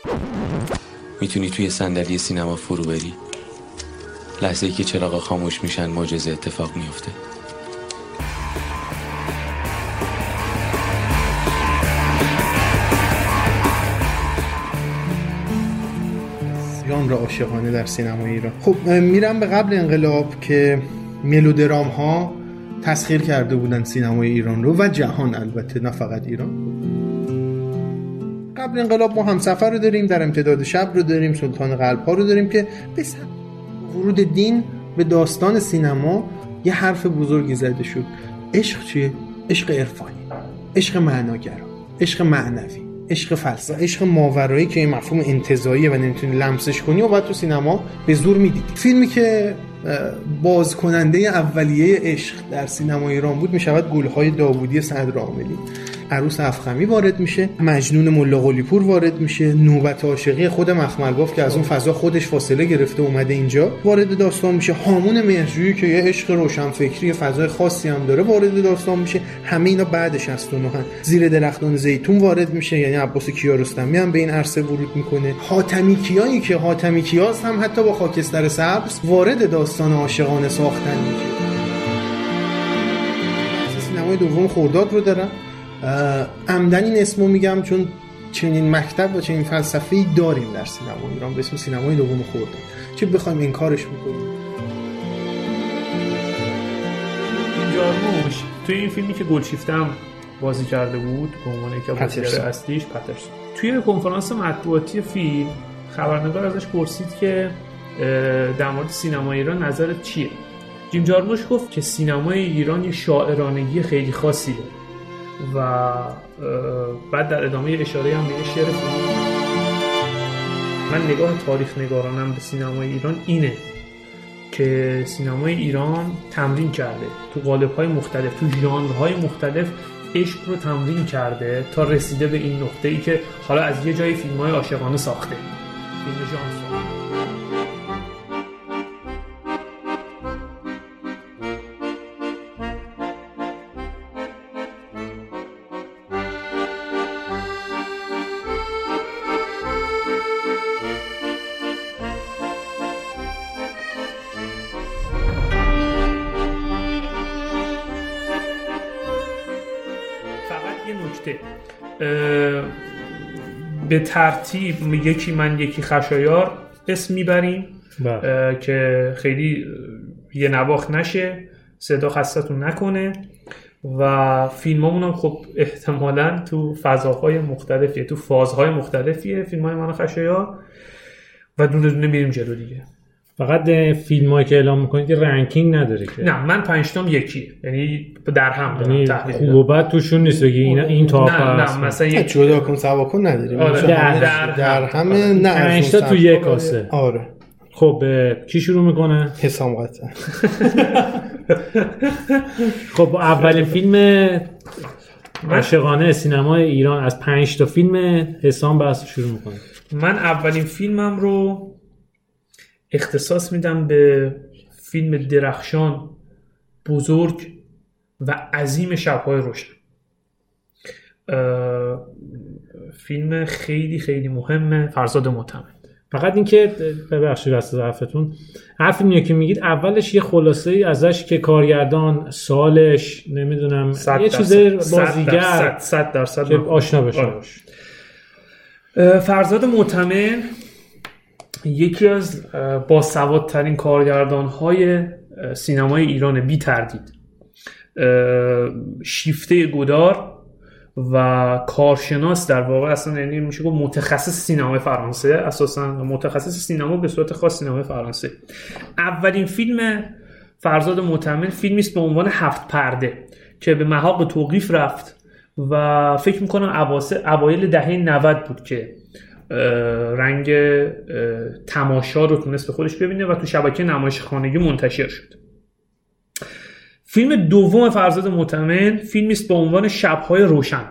میتونی توی صندلی سینما فرو بری. لحظه‌ای که چراغا خاموش میشن معجزه اتفاق میفته. ژانر عاشقانه در سینمای ایران. خب میرم به قبل انقلاب که ملودرام ها تسخیر کرده بودن سینمای ایران رو و جهان، البته نه فقط ایران. قبل انقلاب ما همسفر رو داریم، در امتداد شب رو داریم، سلطان قلب ها رو داریم که به ورود دین به داستان سینما یه حرف بزرگی زده شد. عشق چیه؟ عشق عرفانی، عشق معناگرا، عشق معنوی، عشق فلسفه، عشق ماورایی که این مفهوم انتزاعیه و نمیتونی لمسش کنی و بعد تو سینما به زور میدیدی. فیلمی که باز کننده اولیه عشق در سینما ایران بود میشود گلهای داوودی صدرعاملی. عروس افخمی وارد میشه، مجنون ملا قلی پور وارد میشه، نوبت عاشقی خود مخملباف که از اون فضا خودش فاصله گرفته اومده اینجا وارد داستان میشه، هامون مهرجویی که یه عشق روشنفکری فضای خاصی هم داره وارد داستان میشه. همه اینا بعد 69 زیر درختان زیتون وارد میشه، یعنی عباس کیارستمی هم به این عرصه ورود میکنه. حاتمی کیایی که حاتمی کیاس هم حتی با خاکستر سبز وارد داستان عاشقانه ساختن میشه. سینمای دوم خرداد رو دارم. عمدن این اسمو میگم چون چنین مکتب و چنین فلسفه‌ای داریم در سینما ایران به اسم سینمای دوم خرداد، چه بخوایم انکارش بکنیم. جارموش توی این فیلمی که گلشیفته هم بازی کرده بود به عنوان یکی از بازیگر اصلیش، پترسون، توی کنفرانس مطبوعاتی فیلم خبرنگار ازش پرسید که در مورد سینمای ایران نظرت چیه؟ جیم جارموش گفت که سینمای ایران یه شاعرانگی خیلی خاصی داره و بعد در ادامه اشاره هم به شعر من نگاه تاریخ نگارانم به سینمای ایران اینه که سینمای ایران تمرین کرده تو قالب‌های مختلف، تو ژانرهای مختلف عشق رو تمرین کرده تا رسیده به این نقطه‌ای که حالا از یه جای فیلم‌های عاشقانه ساخته، فیلم ژانر. به ترتیب یکی من یکی خشایار اسم میبریم که خیلی یه نواخت نشه، صدا خستتون نکنه و فیلمامون هم خب احتمالاً تو فضاهای مختلفیه، تو فازهای مختلفیه فیلمای من خشایار و دونه دونه میریم جلو دیگه. فقط فیلمایی که اعلام میکنید که رنکینگ نداره که؟ نه، من 5 تام یکیه، یعنی در هم دارم تحلیل خوب و بد توشون نیست بگی این تا نه مثلا یک جدا کن سوا کن نداریم. آره در همه نه 5 تا تو یک کاسه. آره. خب کی شروع میکنه؟ حسام قطعا. خب اولین فیلم عاشقانه سینمای ایران از 5 تا فیلم حسام بحث شروع میکنه. من اولین فیلمم رو اختصاص میدم به فیلم درخشان، بزرگ و عظیم شب‌های روشن. فیلم خیلی خیلی مهمه، فرزاد معتمد. فقط این که ببخشید واسه حرفتون، هر فیلمی که میگید اولش یه خلاصه‌ای ازش که کارگردان، سالش، نمیدونم یه چیز بازیگر 100% که آشنا بشه. فرزاد معتمد یکی از باسوادترین کارگردان‌های سینمای ایران بی تردید، شیفته گدار و کارشناس در واقع، اصلا یعنی میشه گفت متخصص سینمای فرانسه، اساسا متخصص سینما به صورت خاص سینمای فرانسه. اولین فیلم فرزاد معتمد فیلمی است به عنوان 7 پرده که به محاق توقیف رفت و فکر میکنم اوایل دهه 90 بود که رنگ تماشا رو تونست به خودش ببینه و تو شبکه نمایشخانگی منتشر شد. فیلم دوم فرزاد معتمد فیلمی است به عنوان شب‌های روشن.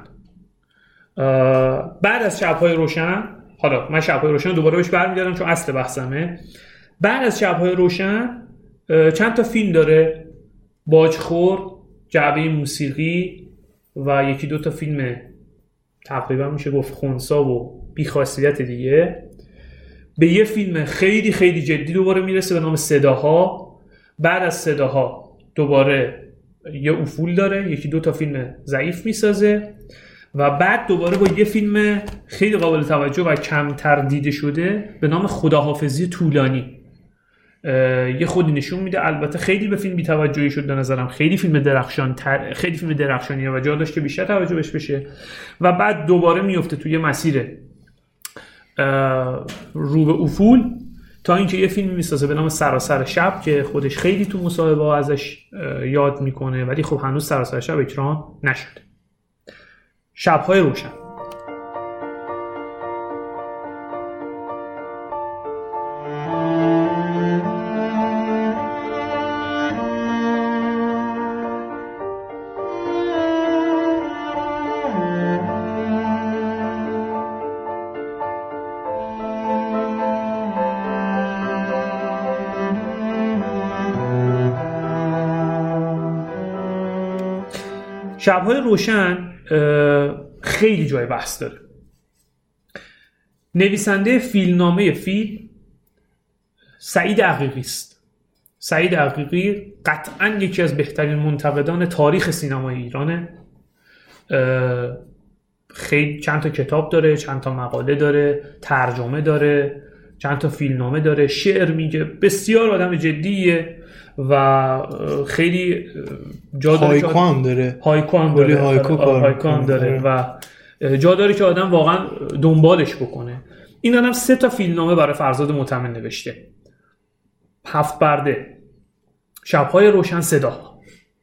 بعد از شب‌های روشن، حالا من شب‌های روشن دوباره بهش برمیگردم چون اصل بحثمه. بعد از شب‌های روشن چند تا فیلم داره، باجخور، جعبه موسیقی و یکی دو تا فیلم تقریبا میشه گفت خنثی و بی‌خاصیت دیگه به یه فیلم خیلی خیلی جدی دوباره میرسه به نام صداها. بعد از صداها دوباره یه افول داره، یکی دو تا فیلم ضعیف میسازه و بعد دوباره با یه فیلم خیلی قابل توجه و کمتر دیده شده به نام خداحافظی طولانی یه خودی نشون میده. البته خیلی به فیلم بی‌توجهی شد به نظرم، خیلی فیلم درخشانیه و جا داشت که بیشتر توجه بهش بشه و بعد دوباره میفته توی مسیر رو به افول تا اینکه یه فیلم میسازه به نام سراسر شب که خودش خیلی تو مصاحبه ازش یاد میکنه ولی خب هنوز سراسر شب اکران نشده. شب‌های روشن. شب‌های روشن خیلی جای بحث داره. نویسنده فیلمنامه فیلم سعید عقیقی است. سعید عقیقی قطعاً یکی از بهترین منتقدان تاریخ سینمای ایرانه. خیلی چند تا کتاب داره، چند تا مقاله داره، ترجمه داره، چند تا فیلمنامه داره، شعر میگه، بسیار آدم جدیه و خیلی جا داره هایکو هم داره. هایکو هم داره و جا داره که آدم واقعا دنبالش بکنه. این آدم 3 تا فیلمنامه برای فرزاد متمن نوشته. 7 پرده، شب‌های روشن، صدا.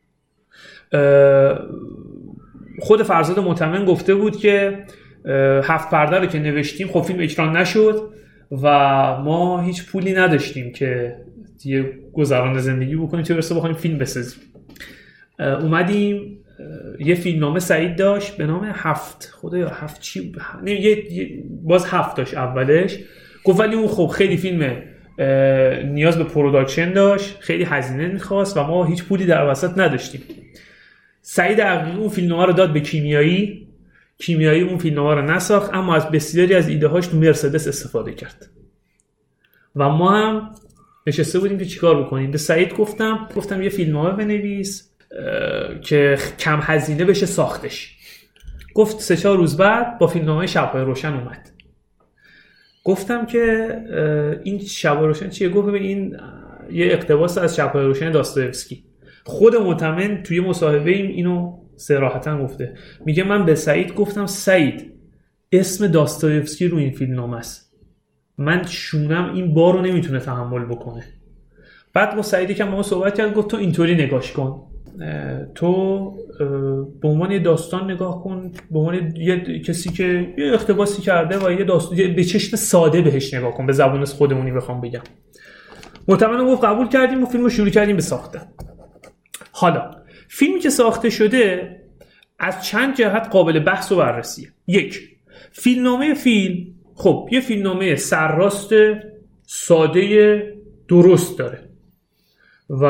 خود فرزاد متمن گفته بود که 7 پرده رو که نوشتیم خب فیلم اکران نشد و ما هیچ پولی نداشتیم که یه گذران زندگی بکنیم چه برسه بخوایم فیلم بسازیم. اومدیم یه فیلمنامه سعید داشت به نام 7 خدایا 7 چی باز 7 داشت اولش، گفت ولی اون خب خیلی فیلم نیاز به پروداکشن داشت، خیلی هزینه می‌خواست و ما هیچ پولی در وسط نداشتیم. سعید عقیقی اون فیلمنامه رو داد به کیمیایی اون فیلمنامه رو نساخت اما از بسیاری از ایده‌هاش تو مرسدس استفاده کرد و ما هم نشسته بودیم که چیکار بکنیم. به سعید گفتم یه فیلمنامه بنویس که کم هزینه بشه ساختش. گفت 3-4 روز بعد با فیلمنامه شب‌های روشن اومد. گفتم که این شب‌های روشن چیه؟ گفت به این یه اقتباس از شب‌های روشن داستایوفسکی. خود متمن توی مصاحبه اینو صراحتاً گفته. میگه من به سعید گفتم سعید اسم داستایوفسکی رو این فیلمنامه است، من شونم این بارو نمیتونه تحمل بکنه. بعد با سعیدی که ما صحبت کرد گفت تو اینطوری نگاش کن، تو به عنوان یه داستان نگاه کن، به عنوان یه کسی که یه اقتباسی کرده و یه داستان به چشم ساده بهش نگاه کن، به زبان خودمونی بخوام بگم. متمن گفت قبول کردیم و فیلمو شروع کردیم به ساختن. حالا فیلمی که ساخته شده از چند جهت قابل بحث و بررسیه. 1. فیلمنامه فیلم خب یه فیلمنامه سرراست ساده درست داره و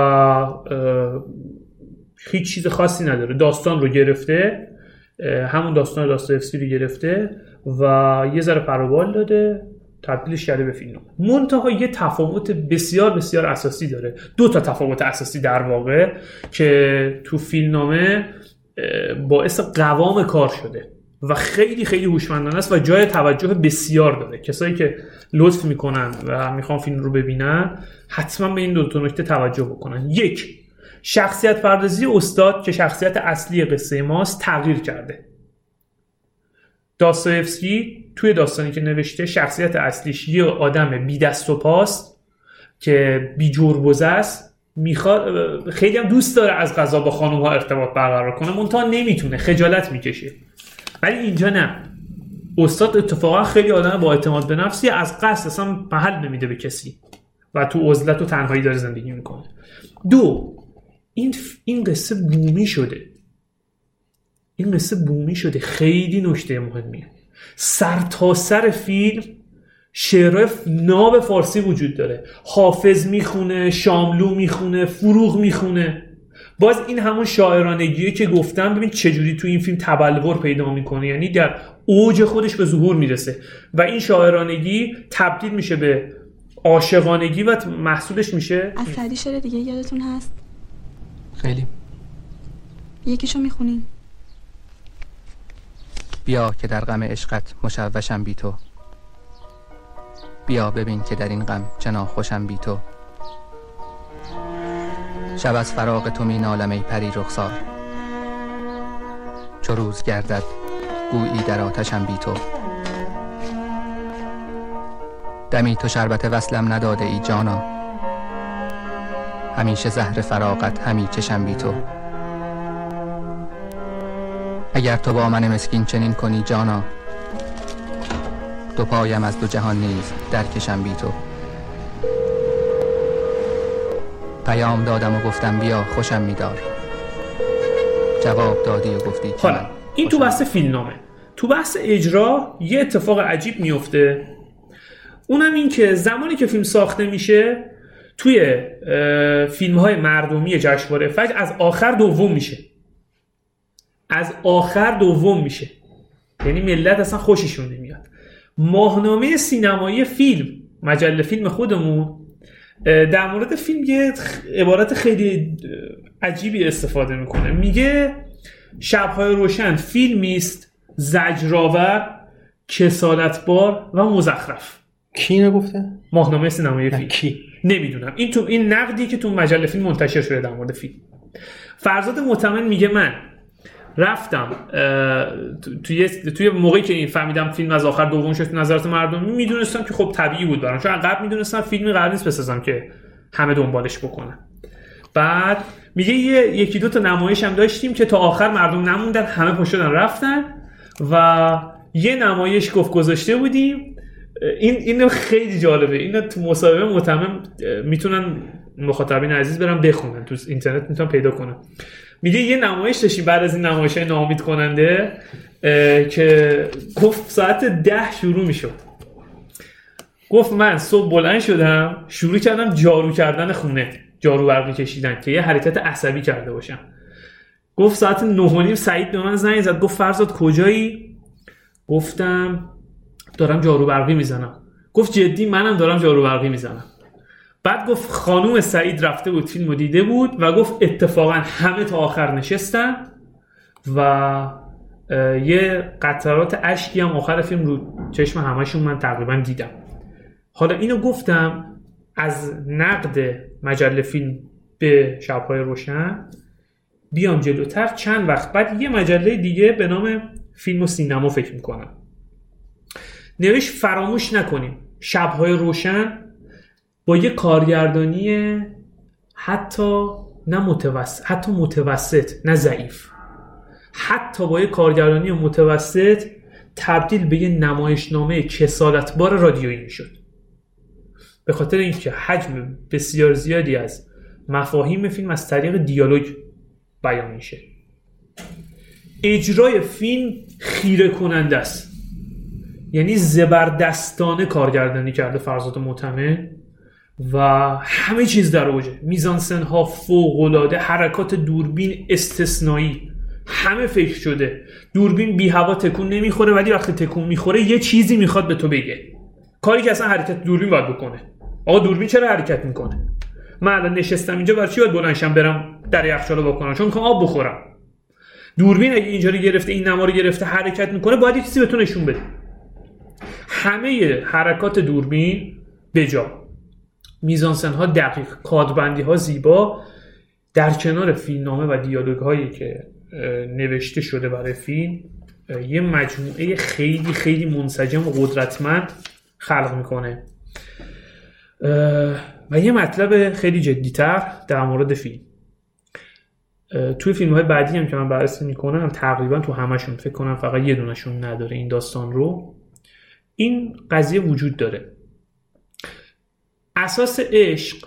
هیچ چیز خاصی نداره. داستان رو گرفته، همون داستان داستایوفسکی رو گرفته و یه ذره پروبال داده، تبدیلش کرده به فیلمنامه. منتها یه تفاوت بسیار بسیار اساسی داره. 2 تا تفاوت اساسی در واقع که تو فیلمنامه باعث قوام کار شده و خیلی خیلی هوشمندانه است و جای توجه بسیار داره. کسایی که لطف میکنن و میخوان فیلم رو ببینن حتما به این 2 تا نکته توجه بکنن. 1. شخصیت پردازی استاد که شخصیت اصلی قصه ماست تغییر کرده. داستایوفسکی توی داستانی که نوشته شخصیت اصلیش یه آدم بی دست و پاست که بی جربوزه است، میخواد خیلی هم دوست داره از قضا با خانوم ها ارتباط برقرار کنه، منتها نمیتونه، خجالت میکشه. ولی اینجا نه، استاد اتفاقا خیلی آدم با اعتماد به نفسی، از قصد اصلا محل نمیده به کسی و تو عزلت و تنهایی داره زندگی میکنه. 2. این قصه بومی شده. خیلی نکته مهمیه. سر تا سر فیلم شعرهای ناب فارسی وجود داره. حافظ میخونه، شاملو میخونه، فروغ میخونه باز این همون شاعرانگیه که گفتم. ببین چجوری تو این فیلم تبلور پیدا میکنه، یعنی در اوج خودش به ظهور میرسه و این شاعرانگی تبدیل میشه به عاشقانگی و محصولش میشه. از سعدی شعر دیگه یادتون هست؟ خیلی. یکیشو میخونین؟ بیا که در غم عشقت مشوشم بی تو، بیا ببین که در این غم چنان خوشم بی تو. شب از فراق تو می نالم ای پری رخسار، چو روز گردد گویی در آتشم بی تو. دمی تو شربت وصلم نداده ای جانا، همیشه زهر فراقت همی چشم بی تو. اگر تو با من مسکین چنین کنی جانا، دو پایم از دو جهان نیز در کشم بی تو. پیام دادم و گفتم بیا خوشم می‌دار، جواب دادی و گفتی که حالا این تو بحث فیلمنامه. تو بحث اجرا یه اتفاق عجیب میفته، اونم این که زمانی که فیلم ساخته میشه توی فیلم‌های مردمی جشنواره فجر از آخر دوم میشه، از آخر دوم میشه، یعنی ملت اصلا خوششون نمیاد. ماهنامه سینمایی فیلم، مجله فیلم خودمون، در مورد فیلم یه عبارت خیلی عجیبی استفاده میکنه. میگه شب‌های روشن فیلمی است زجرآور، کسالتبار و مزخرف. کی اینو گفته؟ ماهنامه سینمایی فیلم. کی؟ نمیدونم. این نقدی که تو مجله فیلم منتشر شده در مورد فیلم. فرزاد مؤتمن میگه من رفتم توی موقعی که این فهمیدم فیلم از آخر دوم شد نظرات مردم، میدونستم که خب طبیعی بود برام، چون قبل میدونستم فیلمی قرار نیست بسازم که همه دنبالش بکنن. بعد میگه یکی دو تا نمایش هم داشتیم که تا آخر مردم نموندن، همه پشت شدن رفتن و یه نمایش گذاشته بودیم. اینو خیلی جالبه، اینو تو مصاحبه متمم میتونن مخاطبین عزیز برن بخونن، تو اینترنت میتونن پیدا کنن. میگه یه نمایش داشتیم بعد از این نمایش‌های ناامید کننده که گفت ساعت 10 شروع میشد. گفت من صبح بلند شدم شروع کردم جارو کردن خونه، جارو برقی کشیدن که یه حرکت عصبی کرده باشم. گفت ساعت 9:30 سعید به من زنگ زد، گفت فرزاد کجایی؟ گفتم دارم جارو برقی میزنم. گفت جدی؟ منم دارم جارو برقی میزنم. بعد گفت خانوم سعید رفته بود فیلمو دیده بود و گفت اتفاقا همه تا آخر نشستن و یه قطرات اشکی هم آخر فیلم رو چشم همشون من تقریبا دیدم. حالا اینو گفتم از نقد مجله فیلم به شب‌های روشن بیام جلوتر. چند وقت بعد یه مجله دیگه به نام فیلم و سینما فکر میکنم نوشت فراموش نکنیم شب‌های روشن با یه کارگردانی حتی متوسط نه ضعیف، حتی با یه کارگردانی متوسط تبدیل به یه نمایشنامه کسالتبار رادیویی میشد، به خاطر اینکه حجم بسیار زیادی از مفاهیم فیلم از طریق دیالوگ بیان میشه. اجرای فیلم خیره کننده است، یعنی زبردستانه کارگردانی کرده فرزاد مؤتمن و همه چیز در اوجه، میزانسن ها فوق‌العاده، حرکات دوربین استثنایی، همه فکر شده. دوربین بی هوا تکون نمیخوره ولی وقتی تکون میخوره یه چیزی میخواد به تو بگه، کاری که اصلا حرکت دوربین باید بکنه. آقا دوربین چرا حرکت میکنه؟ من الان نشستم اینجا برای چی باید بلندشم برم در یخچال بکنم؟ چون میخوام آب بخورم. دوربین اگه اینجا رو گرفته، این نما رو گرفته، حرکت میکنه، باید یه چیزی به تو نشون بده. همه حرکات دوربین بجا، میزانسن ها دقیق، کادربندی ها زیبا، در کنار فیلمنامه و دیالوگ هایی که نوشته شده برای فیلم یه مجموعه خیلی خیلی منسجم و قدرتمند خلق میکنه. و یه مطلب خیلی جدی‌تر در مورد فیلم، توی فیلم های بعدی هم که من بررسی میکنم تقریبا تو همشون فکر کنم فقط یه دونشون نداره این داستان رو. این قضیه وجود داره، اساس عشق،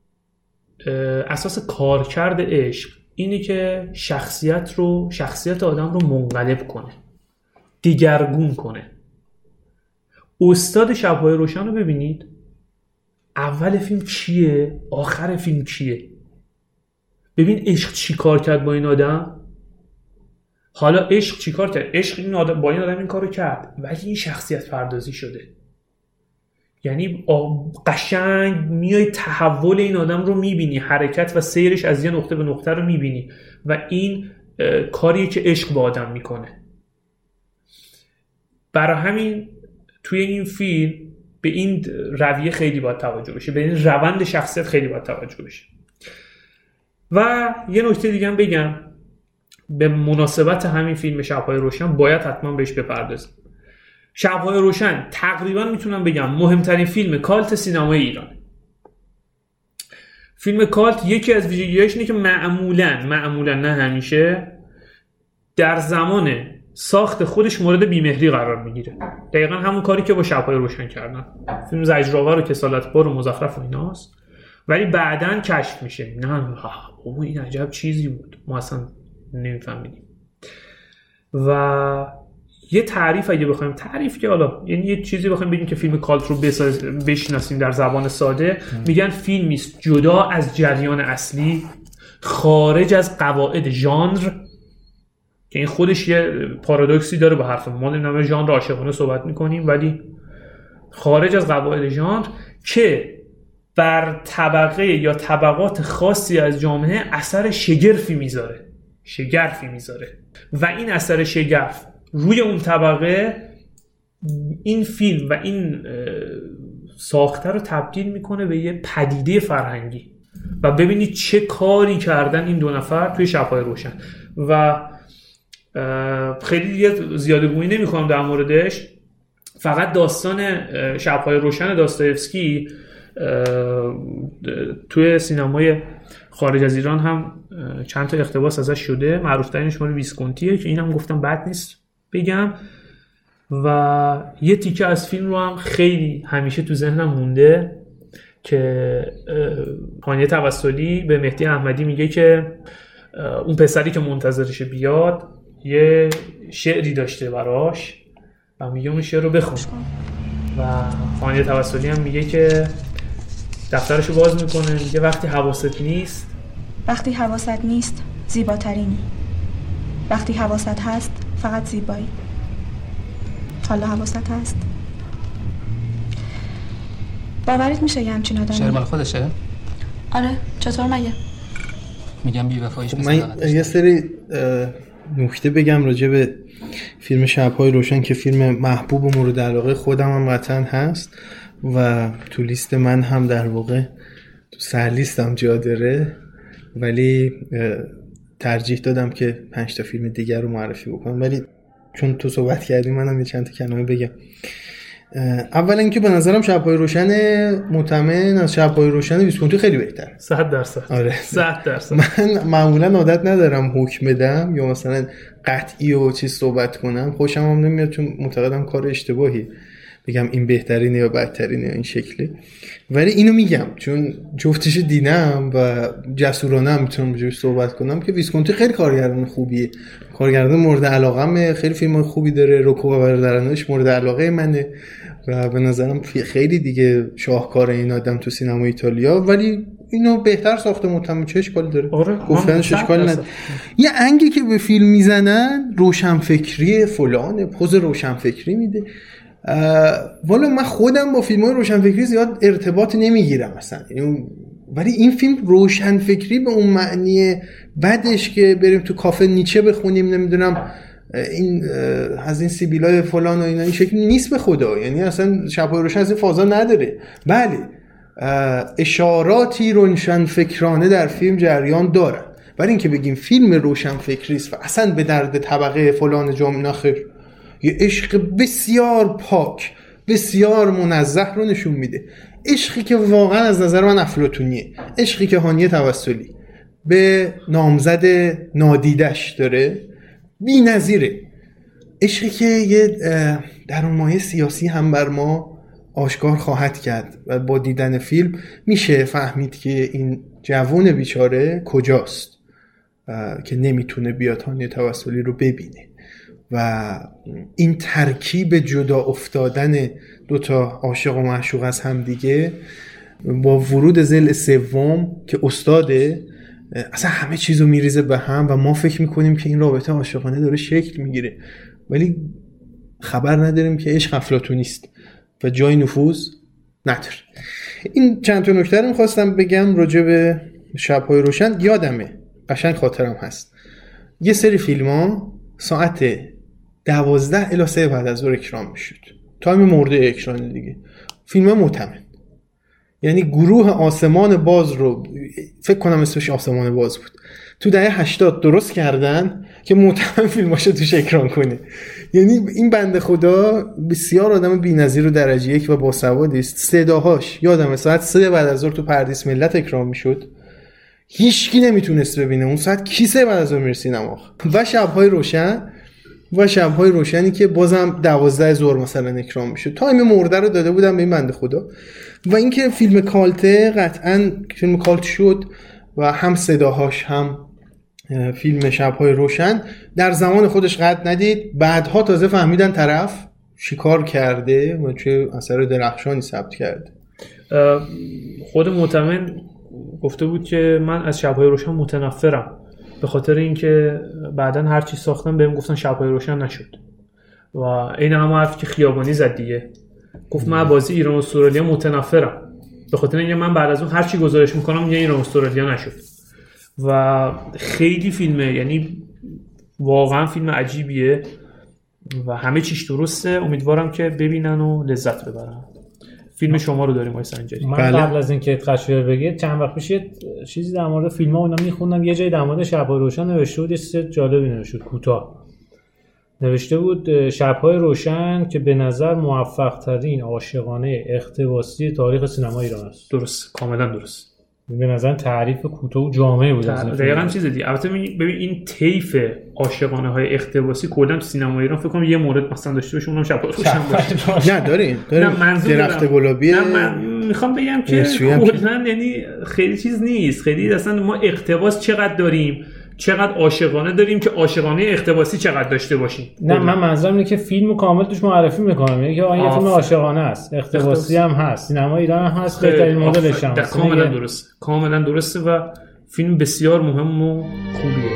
اساس کارکرد عشق اینه که شخصیت آدم رو منقلب کنه، دیگرگون کنه. استاد شب‌های روشن رو ببینید، اول فیلم کیه، آخر فیلم کیه. ببین عشق چی کار کرد با این آدم. حالا عشق چی کار کرد؟ عشق این آدم با این آدم این کارو کرد، ولی این شخصیت پردازی شده. یعنی قشنگ میای تحول این آدم رو میبینی، حرکت و سیرش از یه نقطه به نقطه رو میبینی و این کاریه که عشق با آدم میکنه. برای همین توی این فیلم به این رویه خیلی باید توجه بشه، به این روند شخصیت خیلی باید توجه بشه. و یه نکته دیگه هم بگم، به مناسبت همین فیلم شب‌های روشن باید حتما بهش بپردازیم. شب‌های روشن تقریبا میتونم بگم مهمترین فیلم کالت سینمای ایران. فیلم کالت یکی از ویژگی‌هاش اینه که معمولاً نه همیشه در زمان ساخت خودش مورد بیمهری قرار میگیره. دقیقاً همون کاری که با شب‌های روشن کردن. فیلم زجرآور و کسالت‌بار و مزخرف و ایناست، ولی بعداً کشف میشه نه بابا این عجب چیزی بود، ما اصلا نمیفهمیدیم. و یه تعریف اگه بخوایم تعریف که حالا یعنی یه چیزی بخوایم بگیم که فیلم کالت رو بشناسیم در زبان ساده، میگن فیلمی است جدا از جریان اصلی، خارج از قواعد ژانر، که این خودش یه پارادوکسی داره با حرف ما نمیدونم ژانر عاشقانه صحبت میکنیم، ولی خارج از قواعد ژانر که بر طبقه یا طبقات خاصی از جامعه اثر شگرفی میذاره و این اثر شگرف روی اون طبقه این فیلم و این ساخته رو تبدیل میکنه به یه پدیده فرهنگی. و ببینید چه کاری کردن این دو نفر توی شب‌های روشن. و خیلی دیگه زیاده گویی نمی‌کنم در موردش، فقط داستان شب‌های روشن داستایفسکی توی سینمای خارج از ایران هم چند تا اقتباس ازش شده. معروف ترینش مال ویسکونتیه که اینم گفتم بد نیست بگم. و یه تیکه از فیلم رو هم خیلی همیشه تو ذهنم مونده که هانیه توسلی به مهدی احمدی میگه که اون پسری که منتظرشه بیاد یه شعری داشته براش و میگه اون شعر رو بخون. و هانیه توسلی هم میگه که دفترشو باز میکنه، میگه وقتی حواست نیست زیباترینی، وقتی حواست هست فقط زیبایی. حالا حواست هست؟ باورت میشه یه همچین آدمی؟ شعر مال خودشه؟ آره، چطور مگه؟ میگم بی‌وفاییش من یه سری نکته بگم راجع به فیلم شب‌های روشن که فیلم محبوب و مورد علاقه خودم هم قطعا هست و تو لیست من هم در واقع تو سر لیستم جا داره، ولی ترجیح دادم که 5 تا فیلم دیگر رو معرفی بکنم. ولی چون تو صحبت کردی منم یه چند تا کلمه بگم. اولا اینکه به نظرم شب‌های روشن مطمئن از شب‌های روشن ویسکونتی خیلی بهتره. 100%. آره 100%. من معمولا عادت ندارم حکم بدم یا مثلا قطعی و چیز صحبت کنم، خوشم هم نمیاد چون معتقدم کار اشتباهی بگم این بهترینه یا بدترینه این شکلی. ولی اینو میگم چون جفتش دیدم و جسورانه هم میتونم راجعش صحبت کنم که ویسکونتی خیلی کارگردان خوبیه، کارگردان مورد علاقمه، خیلی فیلم خوبی داره، روکو و برادرانش مورد علاقه منه و به نظرم خیلی دیگه شاهکار این آدم تو سینما ایتالیا، ولی اینو بهتر ساخته. مطمئن چه اشکالی داره؟ آره گفتنش اشکال نداره. یه انگی که به فیلم میزنن روشنفکری فلان، پوز روشنفکری میده. والا من خودم با فیلم‌های روشنفکری زیاد ارتباط نمیگیرم مثلا، ولی این فیلم روشنفکری به اون معنی بعدش که بریم تو کافه نیچه بخونیم نمیدونم این از این سیبیلای فلان و اینا این شکلی نیست به خدا. یعنی اصلا شب‌های روشن از این فازا نداره. بله اشاراتی روشنفکرانه در فیلم جریان داره، ولی اینکه بگیم فیلم روشنفکری است و اصلا به درد طبقه فلان جامعه نخیر، یه عشق بسیار پاک بسیار منزه رو نشون میده. عشقی که واقعا از نظر من افلاطونیه، عشقی که هانیه توسلی به نامزد نادیدش داره بی نظیره، عشقی که یه درونمایه سیاسی هم بر ما آشکار خواهد کرد و با دیدن فیلم میشه فهمید که این جوون بیچاره کجاست که نمیتونه بیاد هانیه توسلی رو ببینه. و این ترکیب جدا افتادن دوتا عاشق و معشوق از هم دیگه با ورود ضلع سوم که استاده اصلا همه چیزو میریزه به هم و ما فکر میکنیم که این رابطه عاشقانه داره شکل میگیره، ولی خبر نداریم که عشق افلاطونی است و جای نفوذ نداره. این چند تا نکته رو میخواستم بگم راجع به شب‌های روشن. یادمه قشنگ خاطرم هست یه سری فیلم‌ها ساعت 12 الی 3 بعد از ظهر اکران میشد، تایم مورد اکران دیگه. فیلم معتمد، یعنی گروه آسمان باز رو فکر کنم اسمش آسمان باز بود، تو دهه 80 درست کردن که معتمد فیلماشو توش اکران کنه. یعنی این بنده خدا بسیار آدم بی‌نظیر و درجه یک و باسوادی است. صداهاش یادمه ساعت 3 بعد از ظهر تو پردیس ملت اکران میشد، هیچکی نمیتونست ببینه اون ساعت. کی 3 بعد از ظهر میره سینما؟ و شب‌های روشنی که بازم 12 ظهر مثلا اکران میشه. تایم مرده رو داده بودم به این بنده خدا. و اینکه فیلم کالته قطعاً فیلم کالت شد و هم صداهاش هم فیلم شب‌های روشن در زمان خودش قد ندید. بعدها تازه فهمیدن طرف شکار کرده و چه اثر درخشانی ثبت کرده. خود معتمد گفته بود که من از شب‌های روشن متنفرم، به خاطر اینکه بعدن هر چی ساختم بهم گفتن شب‌های روشن نشد. و این هم حرفی که خیابانی زد دیگه، گفت من بازی ایران استرالیا متنفرم، به خاطر اینکه من بعد از اون هر چی گزارش میکنم یه ایران استرالیا نشد. و خیلی فیلمه، یعنی واقعا فیلم عجیبیه و همه چیش درسته. امیدوارم که ببینن و لذت ببرن. فیلم شما رو داریم آقای سنجری. من قبل از اینکه قشنگ بگید چند وقت پیش چیزی در مورد فیلم‌ها اونا میخوندم، یه جای در مورد شب‌های روشن نوشته بود، چیز جالبی نوشته بود، کوتاه نوشته بود شب‌های روشن که به نظر موفق‌ترین عاشقانه اقتباسی تاریخ سینما ایران است. درست، کاملا درست. به نظر تعریف کوتاه و جامع بود. دقیقاً چیز دیگه. البته ببین این طیف عاشقانه های اقتباسی کلا تو سینما ایران فکر کنم یه مورد مثلا داشته باشه، اونم شب‌های روشن باشه. نه داریم درخت گلابی. نه من میخوام بگم که کلا یعنی خیلی چیز نیست، خیلی اصلا ما اقتباس چقدر داریم، چقدر عاشقانه داریم که عاشقانه اقتباسی چقدر داشته باشیم. نه من منظورم اینه که فیلمو کامل توش معرفی میکنم، یعنی که این فیلم عاشقانه است، اقتباسی هم هست، سینما ایران هم هست، بهترین مدلش هم هست. کاملا درست، کاملا درسته و فیلم بسیار مهم و خوبیه.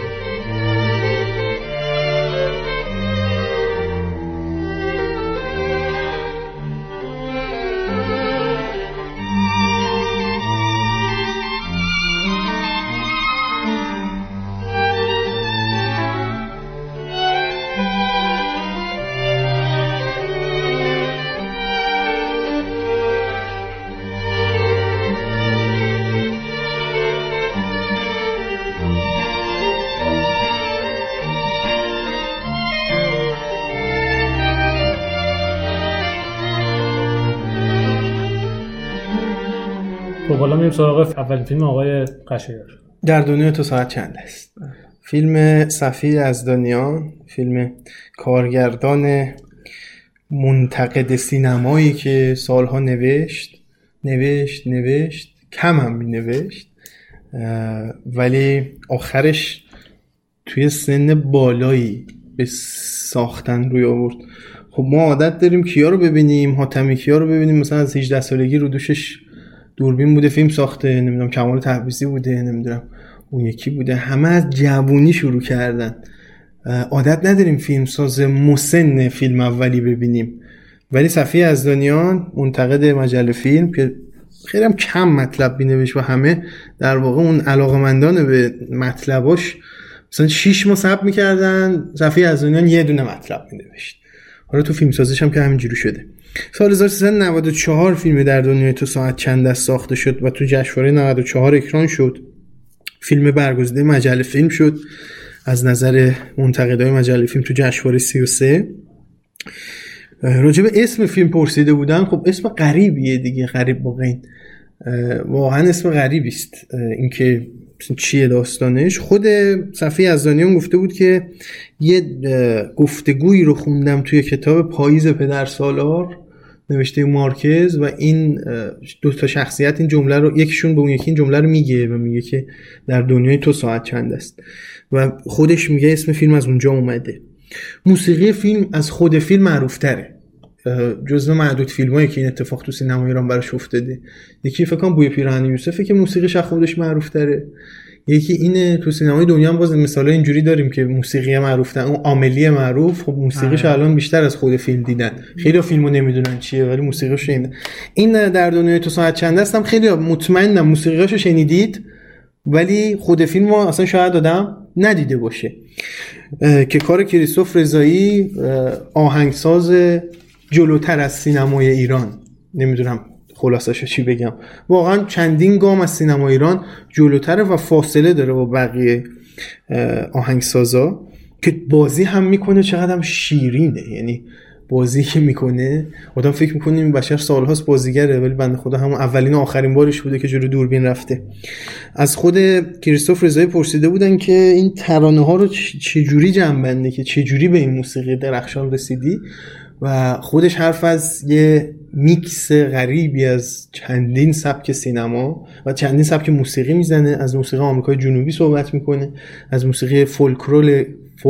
بالا میریم سراغ اولین فیلم آقای قشایار. در دنیای تو ساعت چند است. فیلم صفی یزدانیان، فیلم کارگردان منتقد سینمایی که سالها نوشت کم هم می نوشت ولی آخرش توی سن بالایی به ساختن روی آورد. خب ما عادت داریم کیا رو ببینیم، حاتمی کیا رو ببینیم، مثلا از 18 سالگی رو دوشش دوربین بوده فیلم ساخته، نمیدونم کمال تبریزی بوده، نمیدونم اون یکی بوده، همه از جوونی شروع کردن. عادت نداریم فیلم ساز مسن فیلم اولی ببینیم. ولی صفی یزدانیان منتقد مجله فیلم که خیلی هم کم مطلب بینوشت و همه در واقع اون علاقمندان به مطلباش مثلا 6 ماه صبر میکردن، صفی یزدانیان یه دونه مطلب مینوشت. حالا تو فیلم سازش هم که همینجوری شده. سال 1394 فیلم در دنیای تو ساعت چند است ساخته شد و تو جشنواره 94 اکران شد. فیلم برگزیده مجله فیلم شد از نظر منتقدای مجله فیلم تو جشنواره 33. راجع به اسم فیلم پرسیده بودن. خب اسم غریبیه دیگه، غریب واقعا اسم غریبی است. اینکه چیه داستانش؟ خود صفی یزدانیان گفته بود که یه گفتگویی رو خوندم توی کتاب پاییز پدرسالار نوشته مارکز و این دو تا شخصیت این جمله رو، یکیشون به اون یکی این جمله رو میگه و میگه که در دنیای تو ساعت چند است و خودش میگه اسم فیلم از اونجا اومده. موسیقی فیلم از خود فیلم معروف تره، جزو معدود فیلمایی که این اتفاق تو سینما ایران براش افتاده. یکی فکر کنم بوی پیراهن یوسفه که موسیقیش از خودش معروف تره، یکی اینه تو سینمای دنیا هم باز مثالای اینجوری داریم که موسیقی معروف اون عاملی معروف، خب موسیقیش الان بیشتر از خود فیلم دیدن. خیلی فیلمو نمیدونن چیه ولی موسیقیشو شنیدن. این در دنیای تو ساعت چند هستم خیلی مطمئنم موسیقیشو شنیدید ولی خود فیلمو اصلا شاید آدم ندیده باشه، که کار کریستوف رضایی، آهنگساز جلوتر از سینمای ایران. نمیدونم خلاصش چی بگم، واقعا چندین گام از سینما ایران جلوتره و فاصله داره با بقیه آهنگسازا، که بازی هم میکنه چقدر هم شیرینه. یعنی بازی که میکنه آدم فکر میکنه این بشر سالهاست بازیگره ولی بنده خدا همون اولین و آخرین بارش بوده که جلو دوربین رفته. از خود کریستوف رضایی پرسیده بودن که این ترانه ها رو چجوری جمع که چجوری به این موسیقی درخشان رسیدی، و خودش حرف از یه میکس غریبی از چندین سبک سینما و چندین سبک موسیقی میزنه. از موسیقی آمریکای جنوبی صحبت میکنه، از موسیقی فولکلور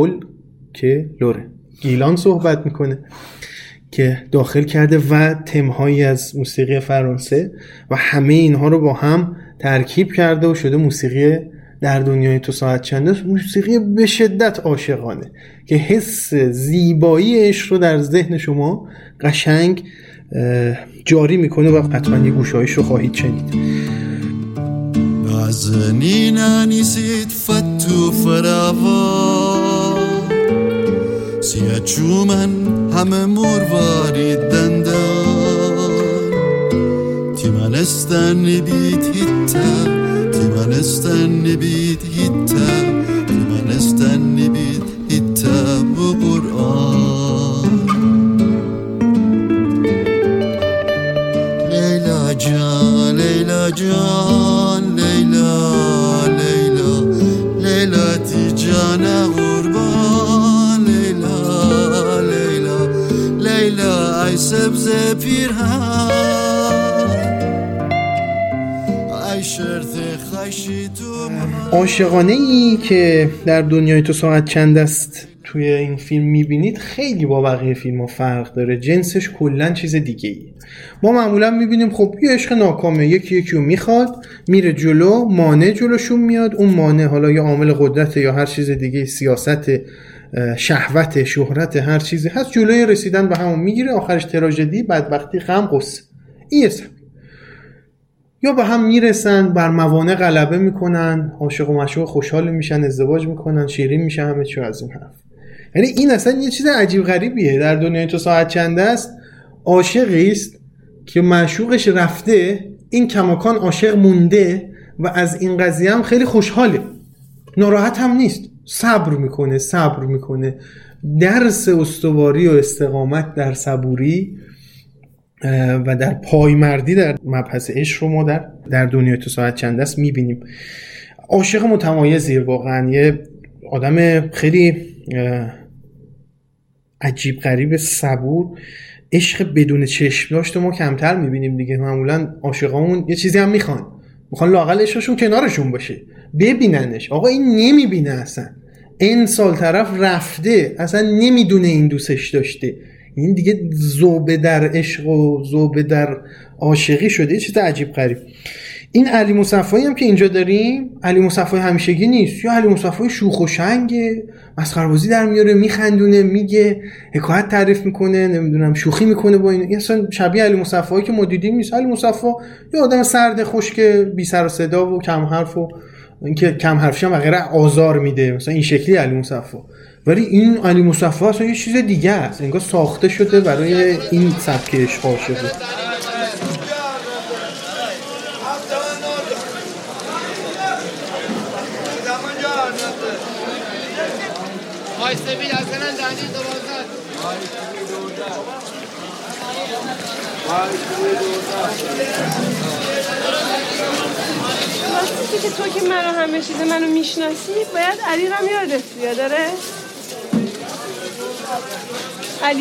گیلان صحبت میکنه که داخل کرده و تمهایی از موسیقی فرانسه و همه اینها رو با هم ترکیب کرده و شده موسیقی در دنیای تو ساعت چند است. موسیقی به شدت عاشقانه که حس زیبایی عشق رو در ذهن شما قشنگ جاری میکنه و حتما یه گوشهایش رو خواهید شنید. نازنین نیست فتو فراوا سیاه چومن همه مرواری دندان تیمانستن نبید هیتا تیمانستن نبید هیتا تیمانستن نبید هیتا و قرآن لیلا جان لیلا جان لیلا لیلا لیلا تی جان قربان لیلا لیلا لیلا ای سبز پیرهن ای شرط خشی تو عاشقانه ای که در دنیای تو ساعت چند است توی این فیلم میبینید خیلی با بقیه فیلم ها فرق داره. جنسش کلن چیز دیگه ای. ما معمولا میبینیم خب یه عشق ناکامه، یکی رو میخواد میره جلو، مانع جلوشون میاد، اون مانع حالا یا عامل قدرت یا هر چیز دیگه، سیاست، شهوت، شهرت، هر چیزی هست، جلوی رسیدن به همون میگیره، آخرش تراژدی، بدبختی، غم، غصه. این یا به هم میرسن، بر موانع غلبه میکنن، عاشق و معشوق خوشحال میشن، ازدواج میکنن، شیرین میشن، همه چی از این حرف. یعنی این اصلا یه چیز عجیب غریبیه. در دنیای تو ساعت چند است عاشقی است که معشوقش رفته، این کماکان عاشق مونده و از این قضیه هم خیلی خوشحاله، ناراحت هم نیست، صبر میکنه. درس استواری و استقامت در صبوری و در پایمردی در مبحث عشق رو ما در دنیای تو ساعت چند است میبینیم. عاشق متمایزی، واقعا یه آدم خیلی عجیب غریب، صبور. عشق بدون چشم داشته ما کمتر میبینیم دیگه. معمولا عاشقامون یه چیزی هم میخوان لااقل عشقشون کنارشون باشه، ببیننش. آقا این نمیبینه اصلا، این سال طرف رفته اصلا نمیدونه این دوستش داشته. این دیگه ذوبه در عشق و ذوبه در عاشقی شده، یه چیز عجیب غریب. این علی مصفایی هم که اینجا داریم، علی مصفایی همیشگی نیست. یا علی مصفایی شوخ و شنگه، مسخره‌بازی در میاره، میخندونه، میگه، حکایت تعریف میکنه، نمیدونم شوخی میکنه با این. اصلا شبیه علی مصفایی که ما دیدیم نیست. علی مصفا یه آدم سرد خشک، بی سر و صدا و کم حرف، و اینکه کم حرفش هم وغیره آزار میده، مثلا این شکلی علی مصفا. ولی این علی مصفا اصلا یه چیز دیگه است، انگار ساخته شده برای این سبک عشق عاشقی. راستی که تو که منو همه چیز منو میشناسی باید علی رم یادت بیاد. داره علی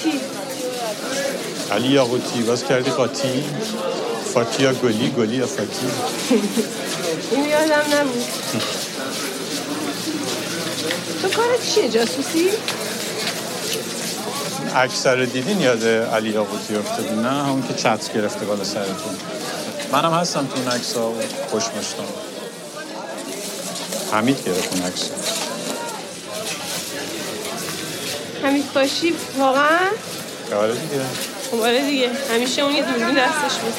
یاقوتی باز کردی قاطی فاتی یا گلی یا فاتی. این یادم نبود. تو کارت چیه؟ جاسوسی؟ اکثر دیدین یاد علی یاقوتی افتادی؟ نه همون که چتر گرفته بالا سرتون. منم هستم تو اون عکس‌ها و خوشمشتم. حمید گرفت اون عکس. حمید باشی واقعا؟ آره دیگه. خب آره دیگه، همیشه اون یه دوربین دستش بود.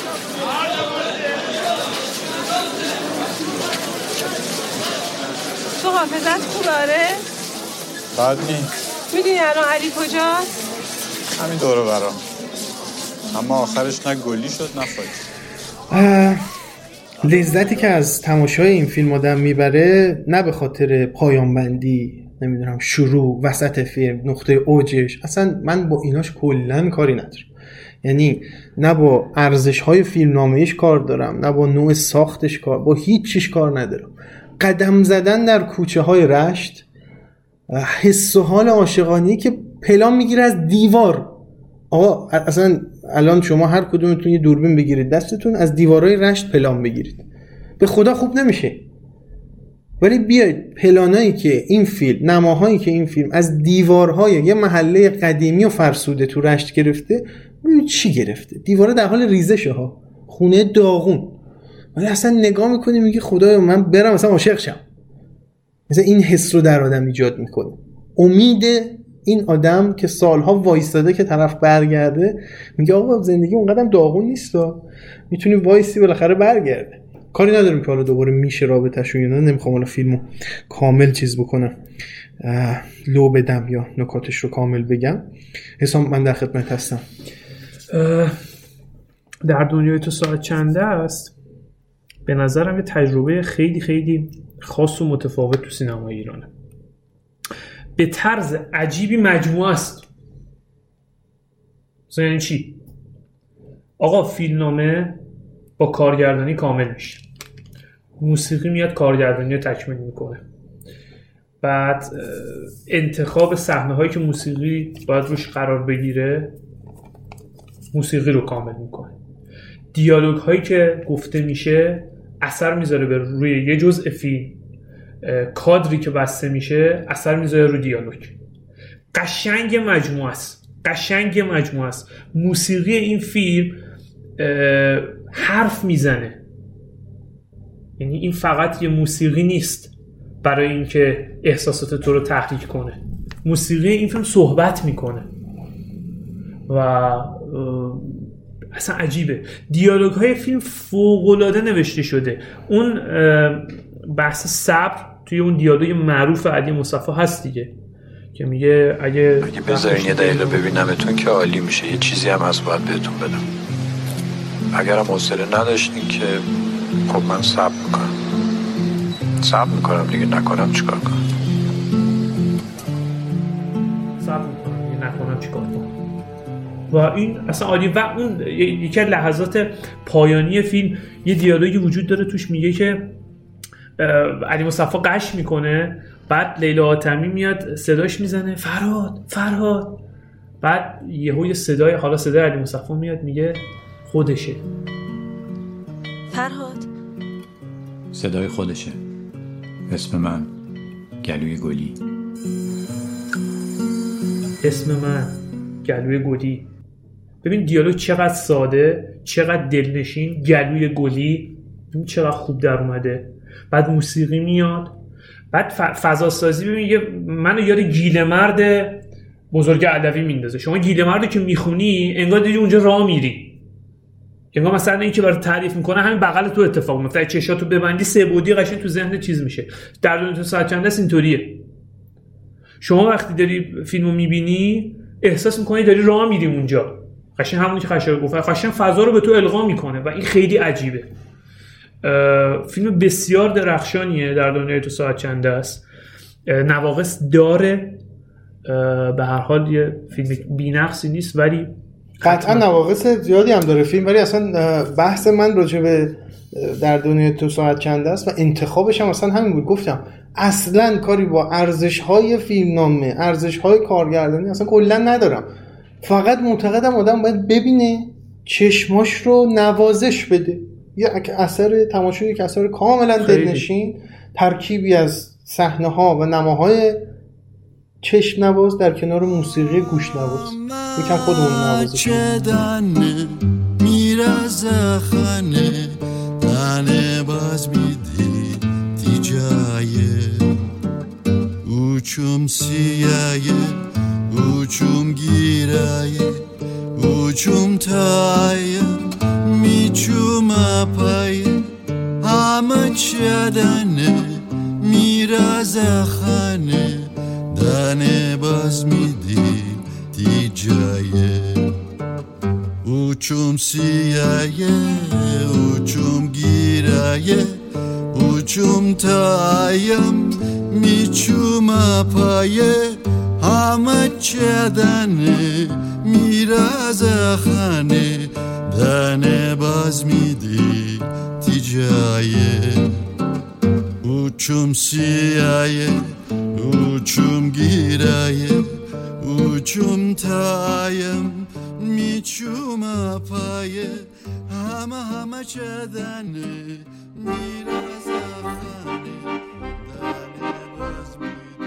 تو حافظت خوب آره؟ بعد نی. میدونی الان علی کجاست؟ همین دورو برام. اما آخرش نه گلی شد نه فاجعه. لذتی که از تماشای این فیلم آدم میبره نه به خاطر پایان بندی، نمیدونم شروع، وسط فیلم، نقطه اوجش، اصلا من با ایناش کلن کاری ندارم. یعنی نه با ارزش‌های فیلمنامه‌ایش کار دارم، نه با نوع ساختش کار، با هیچ چیز کار ندارم. قدم زدن در کوچه‌های رشت، حس و حال عاشقانه‌ای که پلان میگیره از دیوار. آقا اصلا الان شما هر کدومتون یه دوربین بگیرید دستتون، از دیوارهای رشت پلان بگیرید، به خدا خوب نمیشه. ولی بیاید پلانایی که این فیلم، نماهایی که این فیلم از دیوارهای یه محله قدیمی و فرسوده تو رشت گرفته، ببین چی گرفته. دیواره در حال ریزشه ها، خونه داغون، ولی اصلا نگاه میکنی میگی خدایا من برم مثلا عاشق شم. مثلا این حس رو در آدم ایجاد میکنه. امید این آدم که سالها وایستاده که طرف برگرده، میگه آقا زندگی اونقدر داغون نیست، میتونی وایسی بالاخره برگرده. کاری نداریم که حالا دوباره میشه رابطه‌شو یا نه، نمیخوام حالا فیلمو کامل چیز بکنم، لو بدم یا نکاتش رو کامل بگم. حسام من در خدمت هستم. در دنیای تو ساعت چنده است به نظرم یه تجربه خیلی خیلی خاص و متفاوت تو سینما ایرانه. به طرز عجیبی مجموعه است. یعنی چی؟ آقا فیلمنامه با کارگردانی کامل میشه، موسیقی میاد کارگردانی رو تکمیل میکنه، بعد انتخاب صحنه هایی که موسیقی باید روش قرار بگیره موسیقی رو کامل میکنه، دیالوگ هایی که گفته میشه اثر میذاره به روی یه جزء فیلم، کادری که بسته میشه اثر میذاره رو دیالوگ. قشنگ مجموعه است. موسیقی این فیلم حرف میزنه. یعنی این فقط یه موسیقی نیست برای اینکه احساسات تو رو تحریک کنه. موسیقی این فیلم صحبت میکنه و اصلا عجیبه. دیالوگ های فیلم فوق‌العاده نوشته شده. اون بحث صبر توی اون دیالوگ معروف علی مصطفی هست دیگه که میگه اگه بذارین یه دقیقه ببینمتون که عالی میشه، یه چیزی هم از باید بهتون بدم. اگرم حوصله نداشتین که خب من صبر میکنم دیگه، نکنم چیکار کنم. و این اصلا عالی. و اون یکی از لحظات پایانی فیلم یه دیالوگی وجود داره توش، میگه که علی مصطفی قش میکنه، بعد لیلا حاتمی میاد صداش میزنه فرهاد، بعد یهو یه صدای علی مصطفی میاد میگه خودشه. فرهاد صدای خودشه. اسم من گلوی گلی. ببین دیالوگ چقدر ساده، چقدر دلنشین. گلوی گلی ببین چقدر خوب در اومده. بعد موسیقی میاد، بعد فضا سازی. ببین منو یاد گیل مرد بزرگ علوی میندازه. شما گیل مردو که میخونی انگار دیگه اونجا راه میری، انگار مثلا این که برای تعریف میکنه همین بغل تو اتفاق میفته. چشاتو ببندی سه بعدی قشنگ تو ذهن چیز میشه. در دنیای تو ساعت چنده است اینطوریه. شما وقتی داری فیلمو میبینی احساس میکنی داری راه میری اونجا، قشنگ همونی که خشایار گفت، قشنگ فضا رو به تو القا میکنه و این خیلی عجیبه. فیلم بسیار درخشانیه در دنیای تو ساعت چنده است. نواقص داره، به هر حال یه فیلم بی‌نقصی نیست، ولی قطعا نواقص زیادی هم داره فیلم. ولی اصلا بحث من راجع به در دنیای تو ساعت چنده است و انتخابش هم اصلا همین بود. گفتم اصلا کاری با ارزش‌های فیلمنامه، ارزش‌های کارگردانی اصلا کلا ندارم. فقط معتقدم آدم باید ببینه، چشماش رو نوازش بده. یه اثر تماشایی که اثر کاملا دلنشین، ترکیبی از صحنه‌ها و نماهای چشم نواز در کنار موسیقی گوش نواز. یکم خودمون نوازش میرزه خانه تنه باز میدی تی جایه uçum siyaye uçum giraye uçum taye miçum apaye ama çadane miraza khane dane baz midi ticaye uçum siyaye uçum giraye uçum tayem miçum apaye hama çadane miraza khane dane baz midi ticaye uçum siyaye uçum giraye uçum tayem miçum apaye hama çadane miraza khane dane baz midi.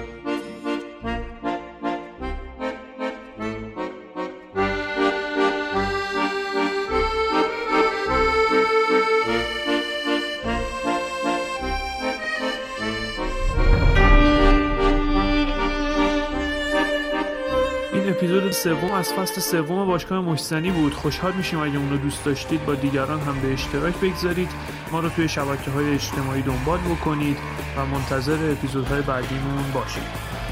اپیزود سوم از فصل سوم باشگاه محسنی بود. خوشحال میشیم اگه اون رو دوست داشتید با دیگران هم به اشتراک بگذارید، ما رو توی شبکه‌های اجتماعی دنبال بکنید و منتظر اپیزودهای بعدیمون باشید.